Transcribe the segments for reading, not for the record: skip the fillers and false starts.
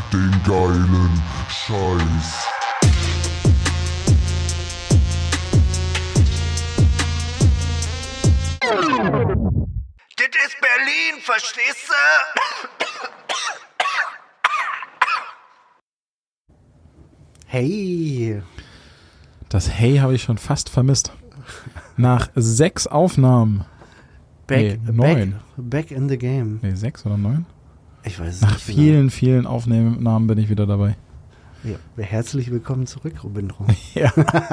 den geilen Scheiß. Das ist Berlin, verstehst du? Hey. Das Hey habe ich schon fast vermisst. Nach 6 Aufnahmen. Neun. Back in the game. 6 oder 9? Ich weiß es Nach nicht. vielen, vielen Aufnahmen bin ich wieder dabei. Ja, herzlich willkommen zurück, Robindro. Ja.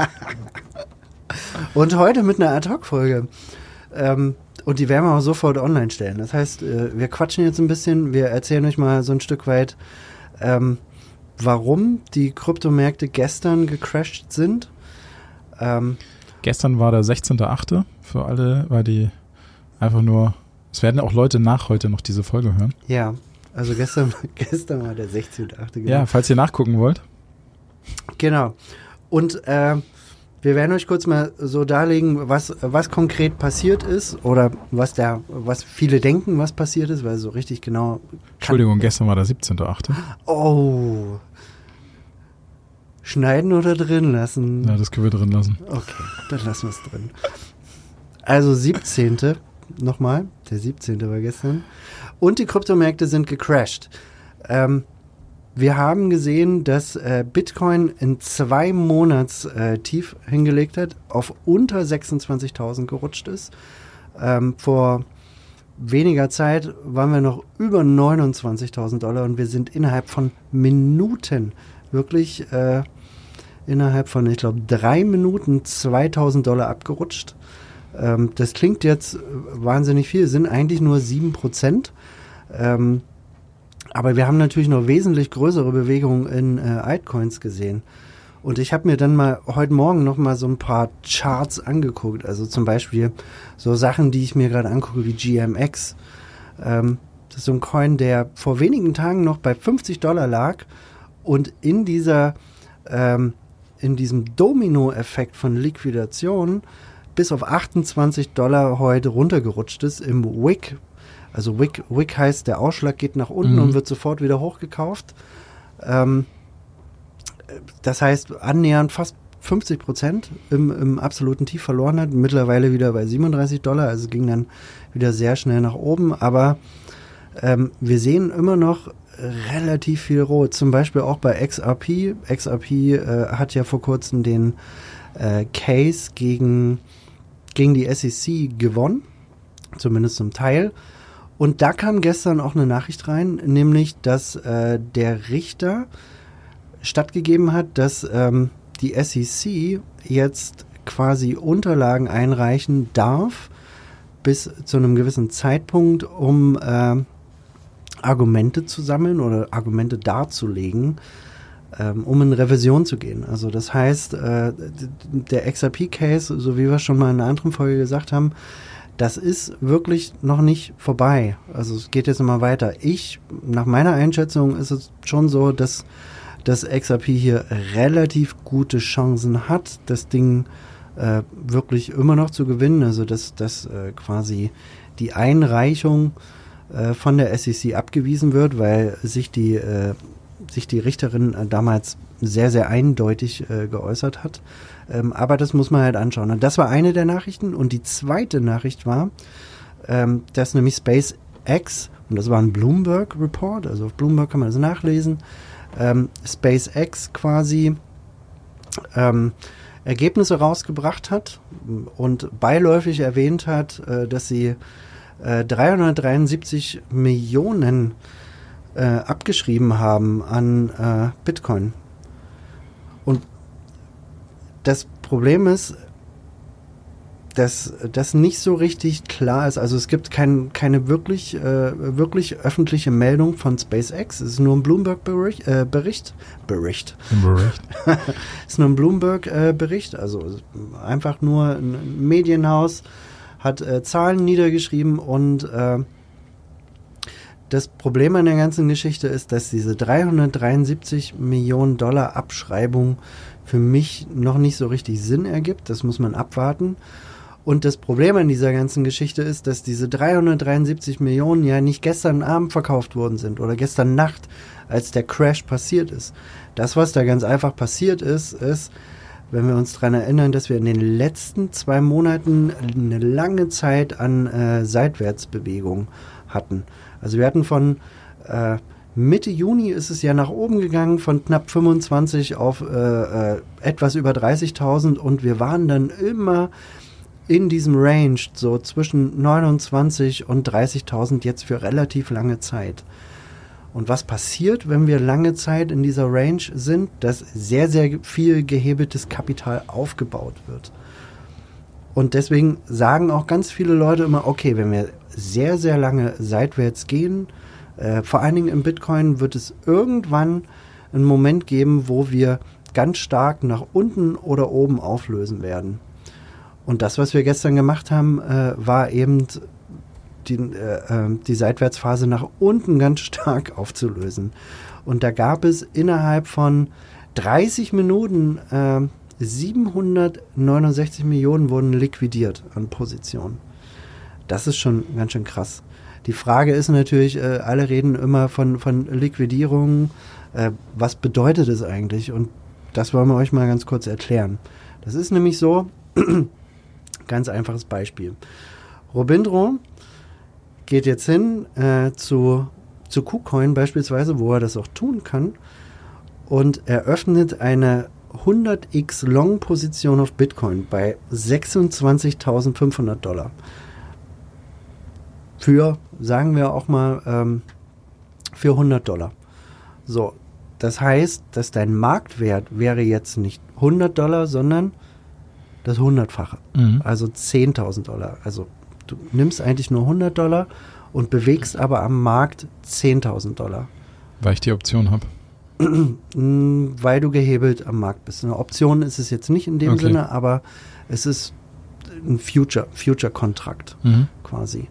Und heute mit einer Ad-Hoc-Folge. Und die werden wir auch sofort online stellen. Das heißt, wir quatschen jetzt ein bisschen, wir erzählen euch mal so ein Stück weit, warum die Kryptomärkte gestern gecrashed sind. Gestern war der 16.8. für alle, weil die einfach nur, es werden auch Leute nach heute noch diese Folge hören. Ja, also gestern war der 16.8. Genau. Ja, falls ihr nachgucken wollt. Genau. Und wir werden euch kurz mal so darlegen, was konkret passiert ist oder was viele denken, was passiert ist, weil so richtig genau... Entschuldigung, gestern war der 17.8. Oh. Schneiden oder drin lassen? Ja, das können wir drin lassen. Okay, dann lassen wir es drin. Also 17. Nochmal, der 17. war gestern. Und die Kryptomärkte sind gecrashed. Wir haben gesehen, dass Bitcoin in 2 Monats tief hingelegt hat, auf unter 26.000 gerutscht ist. Vor weniger Zeit waren wir noch über 29.000 Dollar und wir sind innerhalb von Minuten, wirklich innerhalb von, ich glaube, 3 Minuten 2.000 Dollar abgerutscht. Das klingt jetzt wahnsinnig viel, sind eigentlich nur 7%. Aber wir haben natürlich noch wesentlich größere Bewegungen in Altcoins gesehen. Und ich habe mir dann mal heute Morgen noch mal so ein paar Charts angeguckt. Also zum Beispiel so Sachen, die ich mir gerade angucke, wie GMX. Das ist so ein Coin, der vor wenigen Tagen noch bei 50 Dollar lag und in diesem Domino-Effekt von Liquidation bis auf 28 Dollar heute runtergerutscht ist im Wick. Also Wick heißt, der Ausschlag geht nach unten und wird sofort wieder hochgekauft. Das heißt, annähernd fast 50% im absoluten Tief verloren hat. Mittlerweile wieder bei 37 Dollar, also ging dann wieder sehr schnell nach oben. Aber wir sehen immer noch relativ viel Rot. Zum Beispiel auch bei XRP. XRP hat ja vor kurzem den Case gegen die SEC gewonnen. Zumindest zum Teil. Und da kam gestern auch eine Nachricht rein, nämlich, dass der Richter stattgegeben hat, dass die SEC jetzt quasi Unterlagen einreichen darf, bis zu einem gewissen Zeitpunkt, um Argumente zu sammeln oder Argumente darzulegen, um in Revision zu gehen. Also das heißt, der XRP-Case, so wie wir schon mal in einer anderen Folge gesagt haben, das ist wirklich noch nicht vorbei. Also es geht jetzt immer weiter. Nach meiner Einschätzung ist es schon so, dass das XRP hier relativ gute Chancen hat, das Ding wirklich immer noch zu gewinnen. Also dass quasi die Einreichung von der SEC abgewiesen wird, weil sich die Richterin damals sehr, sehr eindeutig geäußert hat. Aber das muss man halt anschauen. Und das war eine der Nachrichten. Und die zweite Nachricht war, dass nämlich SpaceX, und das war ein Bloomberg-Report, also auf Bloomberg kann man das nachlesen, SpaceX quasi Ergebnisse rausgebracht hat und beiläufig erwähnt hat, dass sie 373 Millionen abgeschrieben haben an Bitcoin. Und das Problem ist, dass das nicht so richtig klar ist. Also es gibt keine wirklich öffentliche Meldung von SpaceX. Es ist nur ein Bloomberg-Bericht. Es ist nur ein Bloomberg-Bericht. Also einfach nur ein Medienhaus hat Zahlen niedergeschrieben und das Problem an der ganzen Geschichte ist, dass diese 373 Millionen Dollar Abschreibung für mich noch nicht so richtig Sinn ergibt. Das muss man abwarten. Und das Problem an dieser ganzen Geschichte ist, dass diese 373 Millionen ja nicht gestern Abend verkauft worden sind oder gestern Nacht, als der Crash passiert ist. Das, was da ganz einfach passiert ist, wenn wir uns daran erinnern, dass wir in den letzten 2 Monaten eine lange Zeit an Seitwärtsbewegung hatten. Also wir hatten von Mitte Juni ist es ja nach oben gegangen, von knapp 25 auf etwas über 30.000 und wir waren dann immer in diesem Range, so zwischen 29 und 30.000 jetzt für relativ lange Zeit. Und was passiert, wenn wir lange Zeit in dieser Range sind? Dass sehr, sehr viel gehebeltes Kapital aufgebaut wird. Und deswegen sagen auch ganz viele Leute immer, okay, wenn wir sehr, sehr lange seitwärts gehen, vor allen Dingen im Bitcoin, wird es irgendwann einen Moment geben, wo wir ganz stark nach unten oder oben auflösen werden. Und das, was wir gestern gemacht haben, war eben die Seitwärtsphase nach unten ganz stark aufzulösen. Und da gab es innerhalb von 30 Minuten 769 Millionen wurden liquidiert an Positionen. Das ist schon ganz schön krass. Die Frage ist natürlich, alle reden immer von Liquidierungen. Was bedeutet es eigentlich? Und das wollen wir euch mal ganz kurz erklären. Das ist nämlich so, ganz einfaches Beispiel. Robindro geht jetzt hin zu KuCoin beispielsweise, wo er das auch tun kann, und eröffnet eine 100x Long-Position auf Bitcoin bei $26.500. Für, sagen wir auch mal, für $100. So, das heißt, dass dein Marktwert wäre jetzt nicht $100, sondern das 100-fache. Also $10.000. Also du nimmst eigentlich nur $100 und bewegst aber am Markt $10.000. Weil ich die Option habe. Weil du gehebelt am Markt bist. Eine Option ist es jetzt nicht in dem Sinne, aber es ist ein Future-Kontrakt quasi.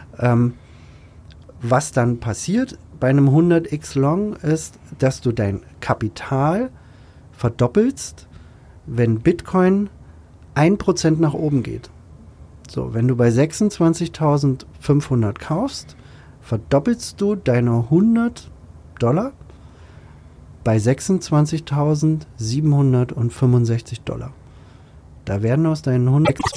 Was dann passiert bei einem 100x Long ist, dass du dein Kapital verdoppelst, wenn Bitcoin 1% nach oben geht. So, wenn du bei 26.500 kaufst, verdoppelst du deine $100 bei $26.765. Da werden aus deinen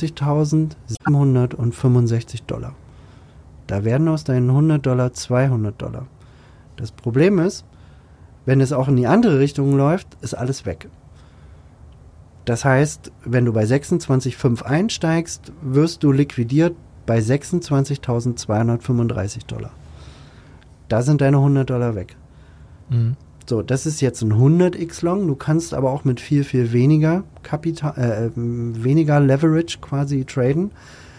$160.765. Da werden aus deinen $100 $200. Das Problem ist, wenn es auch in die andere Richtung läuft, ist alles weg. Das heißt, wenn du bei 26,5 einsteigst, wirst du liquidiert bei $26.235. Da sind deine $100 weg. So, das ist jetzt ein 100x Long. Du kannst aber auch mit viel, viel weniger weniger Leverage quasi traden.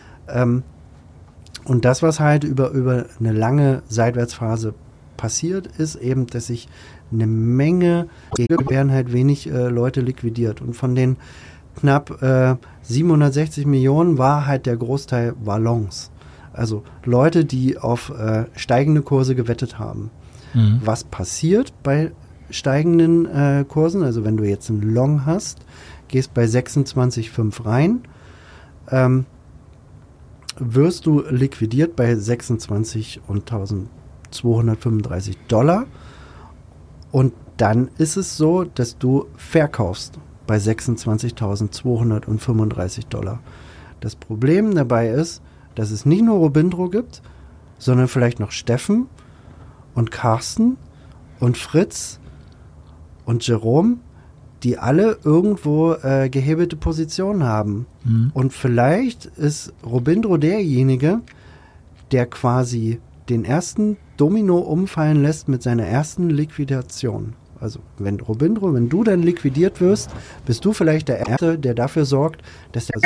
Und das, was halt über eine lange Seitwärtsphase passiert, ist eben, dass sich eine Menge, werden halt wenig Leute liquidiert. Und von den knapp 760 Millionen war halt der Großteil Longs. Also Leute, die auf steigende Kurse gewettet haben. Was passiert bei steigenden Kursen? Also wenn du jetzt einen Long hast, gehst bei 26,5 rein, wirst du liquidiert bei $26.235 und dann ist es so, dass du verkaufst bei $26.235. Das Problem dabei ist, dass es nicht nur Robindro gibt, sondern vielleicht noch Steffen und Carsten und Fritz und Jerome, die alle irgendwo gehebelte Positionen haben. Und vielleicht ist Robindro derjenige, der quasi den ersten Domino umfallen lässt mit seiner ersten Liquidation. Also wenn du dann liquidiert wirst, bist du vielleicht der Erste, der dafür sorgt, dass der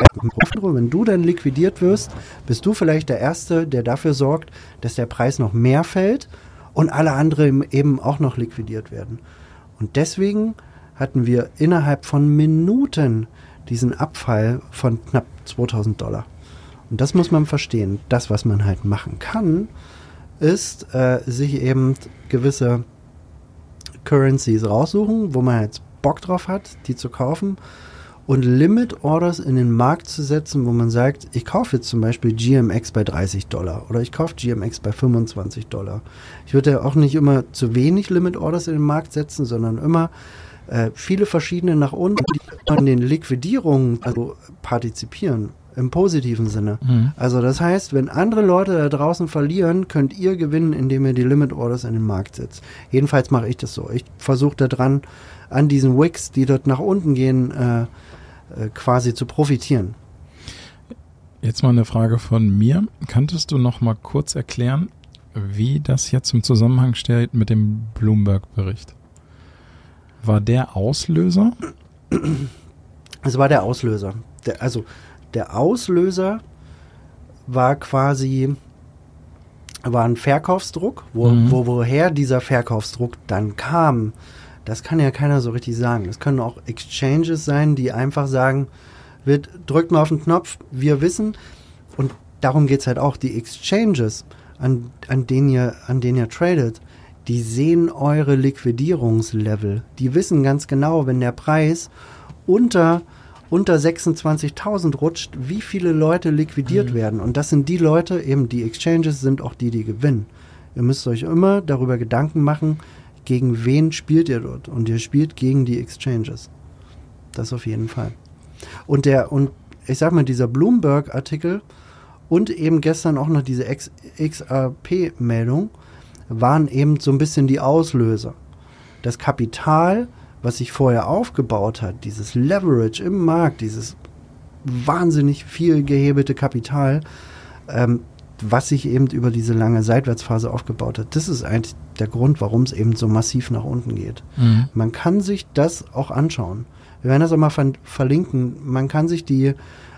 Preis noch mehr fällt und alle anderen eben auch noch liquidiert werden. Und deswegen hatten wir innerhalb von Minuten diesen Abfall von knapp $2.000. Und das muss man verstehen. Das, was man halt machen kann, ist sich eben gewisse Currencies raussuchen, wo man jetzt Bock drauf hat, die zu kaufen und Limit Orders in den Markt zu setzen, wo man sagt, ich kaufe jetzt zum Beispiel GMX bei $30 oder ich kaufe GMX bei $25. Ich würde ja auch nicht immer zu wenig Limit Orders in den Markt setzen, sondern immer viele verschiedene nach unten, die an den Liquidierungen partizipieren, im positiven Sinne. Also das heißt, wenn andere Leute da draußen verlieren, könnt ihr gewinnen, indem ihr die Limit Orders in den Markt setzt. Jedenfalls mache ich das so. Ich versuche da dran, an diesen Wicks, die dort nach unten gehen, quasi zu profitieren. Jetzt mal eine Frage von mir. Könntest du noch mal kurz erklären, wie das jetzt im Zusammenhang steht mit dem Bloomberg-Bericht? War der Auslöser? Es war der Auslöser. Der Auslöser war ein Verkaufsdruck, woher dieser Verkaufsdruck dann kam. Das kann ja keiner so richtig sagen. Es können auch Exchanges sein, die einfach sagen, drückt mal auf den Knopf, wir wissen. Und darum geht es halt auch. Die Exchanges, an denen ihr tradet, die sehen eure Liquidierungslevel. Die wissen ganz genau, wenn der Preis unter 26.000 rutscht, wie viele Leute liquidiert werden. Und das sind die Leute, eben die Exchanges sind auch die gewinnen. Ihr müsst euch immer darüber Gedanken machen, gegen wen spielt ihr dort? Und ihr spielt gegen die Exchanges. Das auf jeden Fall. Und ich sag mal, dieser Bloomberg-Artikel und eben gestern auch noch diese XRP-Meldung waren eben so ein bisschen die Auslöser. Das Kapital, was sich vorher aufgebaut hat, dieses Leverage im Markt, dieses wahnsinnig viel gehebelte Kapital, was sich eben über diese lange Seitwärtsphase aufgebaut hat, das ist eigentlich der Grund, warum es eben so massiv nach unten geht. Man kann sich das auch anschauen. Wir werden das auch mal verlinken. Man kann sich die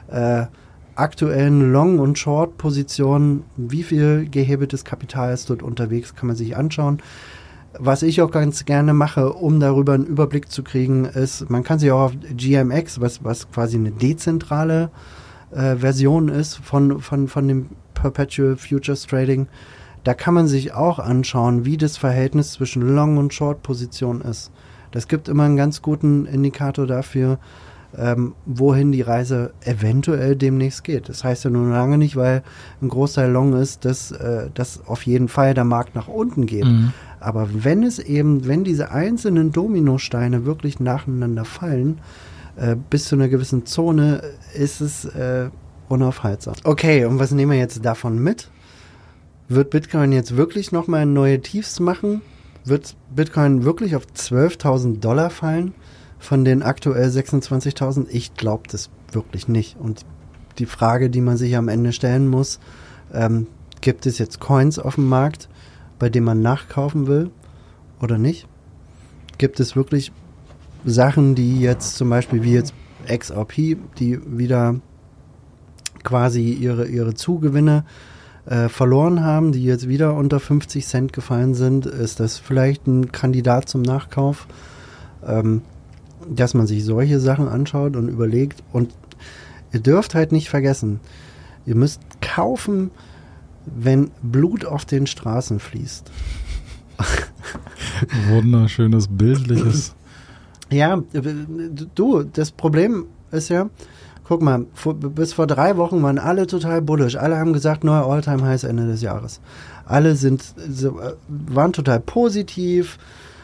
aktuellen Long- und Short-Positionen, wie viel gehebeltes Kapital ist dort unterwegs, kann man sich anschauen. Was ich auch ganz gerne mache, um darüber einen Überblick zu kriegen, ist, man kann sich auch auf GMX, was quasi eine dezentrale Version ist von dem Perpetual Futures Trading, da kann man sich auch anschauen, wie das Verhältnis zwischen Long- und Short-Position ist. Das gibt immer einen ganz guten Indikator dafür, wohin die Reise eventuell demnächst geht. Das heißt ja nur lange nicht, weil ein Großteil Long ist, dass auf jeden Fall der Markt nach unten geht. Aber wenn diese einzelnen Dominosteine wirklich nacheinander fallen, bis zu einer gewissen Zone, ist es unaufhaltsam. Okay, und was nehmen wir jetzt davon mit? Wird Bitcoin jetzt wirklich nochmal neue Tiefs machen? Wird Bitcoin wirklich auf $12.000 fallen von den aktuell 26.000? Ich glaube das wirklich nicht. Und die Frage, die man sich am Ende stellen muss, gibt es jetzt Coins auf dem Markt, bei denen man nachkaufen will oder nicht? Gibt es wirklich Sachen, die jetzt zum Beispiel wie jetzt XRP, die wieder quasi ihre Zugewinne verloren haben, die jetzt wieder unter 50 Cent gefallen sind? Ist das vielleicht ein Kandidat zum Nachkauf? Dass man sich solche Sachen anschaut und überlegt. Und ihr dürft halt nicht vergessen, ihr müsst kaufen, wenn Blut auf den Straßen fließt. Wunderschönes, bildliches. Ja, du, das Problem ist ja, guck mal, bis vor 3 Wochen waren alle total bullish. Alle haben gesagt, neuer All-Time-Highs Ende des Jahres. Alle waren total positiv.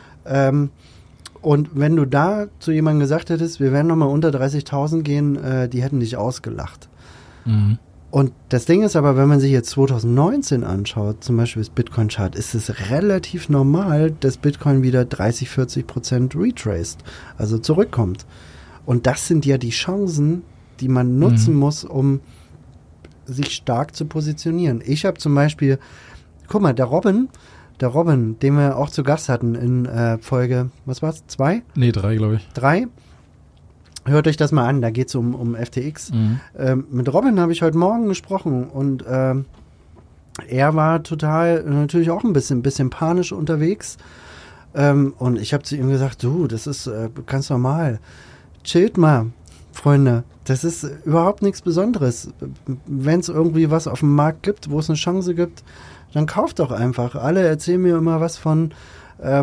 Und wenn du da zu jemandem gesagt hättest, wir werden nochmal unter 30.000 gehen, die hätten dich ausgelacht. Und das Ding ist aber, wenn man sich jetzt 2019 anschaut, zum Beispiel das Bitcoin-Chart, ist es relativ normal, dass Bitcoin wieder 30-40% retraced, also zurückkommt. Und das sind ja die Chancen, die man nutzen muss, um sich stark zu positionieren. Ich habe zum Beispiel, guck mal, der Robin, den wir auch zu Gast hatten in Folge, was war's, 2? Nee, 3, glaube ich. 3? Hört euch das mal an, da geht es um FTX. Mit Robin habe ich heute Morgen gesprochen und er war natürlich auch ein bisschen panisch unterwegs. Und ich habe zu ihm gesagt, du, das ist ganz normal. Chillt mal, Freunde. Das ist überhaupt nichts Besonderes. Wenn es irgendwie was auf dem Markt gibt, wo es eine Chance gibt, dann kauft doch einfach. Alle erzählen mir immer was von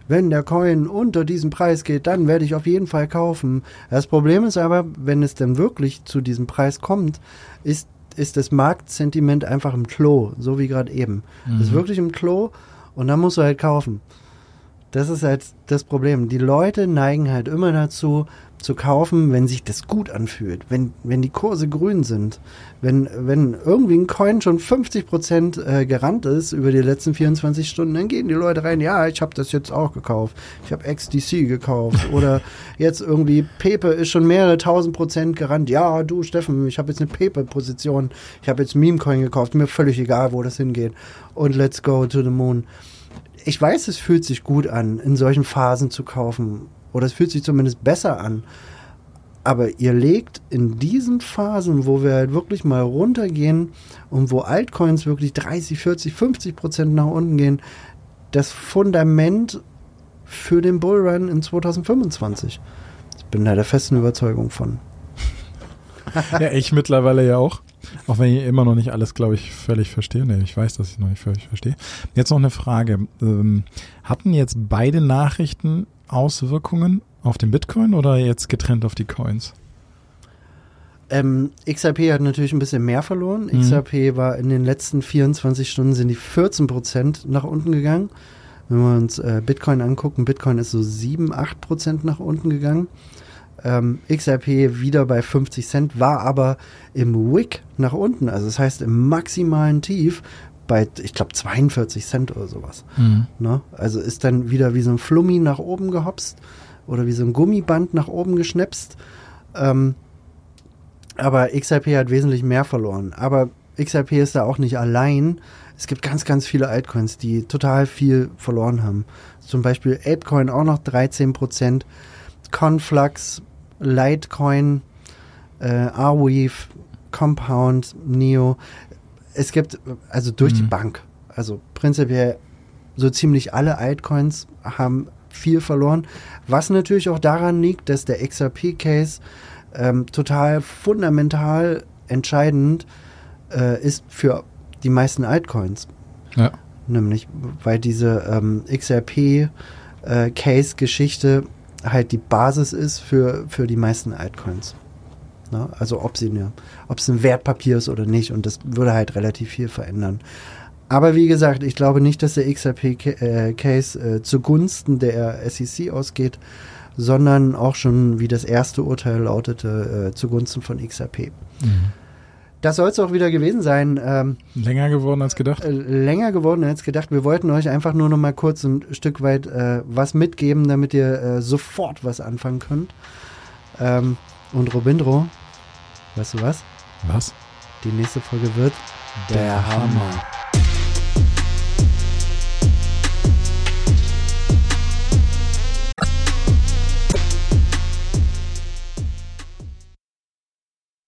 wenn der Coin unter diesen Preis geht, dann werde ich auf jeden Fall kaufen. Das Problem ist aber, wenn es dann wirklich zu diesem Preis kommt, ist das Marktsentiment einfach im Klo, so wie gerade eben. Das ist wirklich im Klo und dann musst du halt kaufen. Das ist halt das Problem. Die Leute neigen halt immer dazu, zu kaufen, wenn sich das gut anfühlt, wenn die Kurse grün sind, wenn irgendwie ein Coin schon 50% gerannt ist über die letzten 24 Stunden, dann gehen die Leute rein, ja, ich habe das jetzt auch gekauft, ich habe XDC gekauft oder jetzt irgendwie Pepe ist schon mehrere 1000% gerannt, ja, du Steffen, ich habe jetzt eine Pepe-Position, ich habe jetzt Meme-Coin gekauft, mir völlig egal, wo das hingeht und let's go to the moon. Ich weiß, es fühlt sich gut an, in solchen Phasen zu kaufen. Oder es fühlt sich zumindest besser an. Aber ihr legt in diesen Phasen, wo wir halt wirklich mal runtergehen und wo Altcoins wirklich 30, 40, 50% nach unten gehen, das Fundament für den Bullrun in 2025. Ich bin da der festen Überzeugung von. Ja, ich mittlerweile ja auch. Auch wenn ich immer noch nicht alles, glaube ich, völlig verstehe. Nee, ich weiß, dass ich noch nicht völlig verstehe. Jetzt noch eine Frage. Hatten jetzt beide Nachrichten Auswirkungen auf den Bitcoin oder jetzt getrennt auf die Coins? XRP hat natürlich ein bisschen mehr verloren. XRP war in den letzten 24 Stunden sind die 14% nach unten gegangen. Wenn wir uns Bitcoin angucken, Bitcoin ist so 7-8% nach unten gegangen. XRP wieder bei 50 Cent, war aber im Wick nach unten, also das heißt im maximalen Tief bei, ich glaube, 42 Cent oder sowas. Ne? Also ist dann wieder wie so ein Flummi nach oben gehopst oder wie so ein Gummiband nach oben geschnipst. Aber XRP hat wesentlich mehr verloren. Aber XRP ist da auch nicht allein. Es gibt ganz, ganz viele Altcoins, die total viel verloren haben. Zum Beispiel Apecoin auch noch 13%, Conflux, Litecoin, Arweave, Compound, Neo. Es gibt, also durch die Bank, also prinzipiell so ziemlich alle Altcoins haben viel verloren, was natürlich auch daran liegt, dass der XRP-Case total fundamental entscheidend ist für die meisten Altcoins. Ja. Nämlich, weil diese XRP-Case-Geschichte halt die Basis ist für die meisten Altcoins. Ne? Also ob es ein Wertpapier ist oder nicht, und das würde halt relativ viel verändern. Aber wie gesagt, ich glaube nicht, dass der XRP-Case zugunsten der SEC ausgeht, sondern auch schon, wie das erste Urteil lautete, zugunsten von XRP. Das soll es auch wieder gewesen sein. Länger geworden als gedacht? Länger geworden als gedacht. Wir wollten euch einfach nur noch mal kurz ein Stück weit was mitgeben, damit ihr sofort was anfangen könnt. Und Robindro, weißt du was? Was? Die nächste Folge wird der Hammer.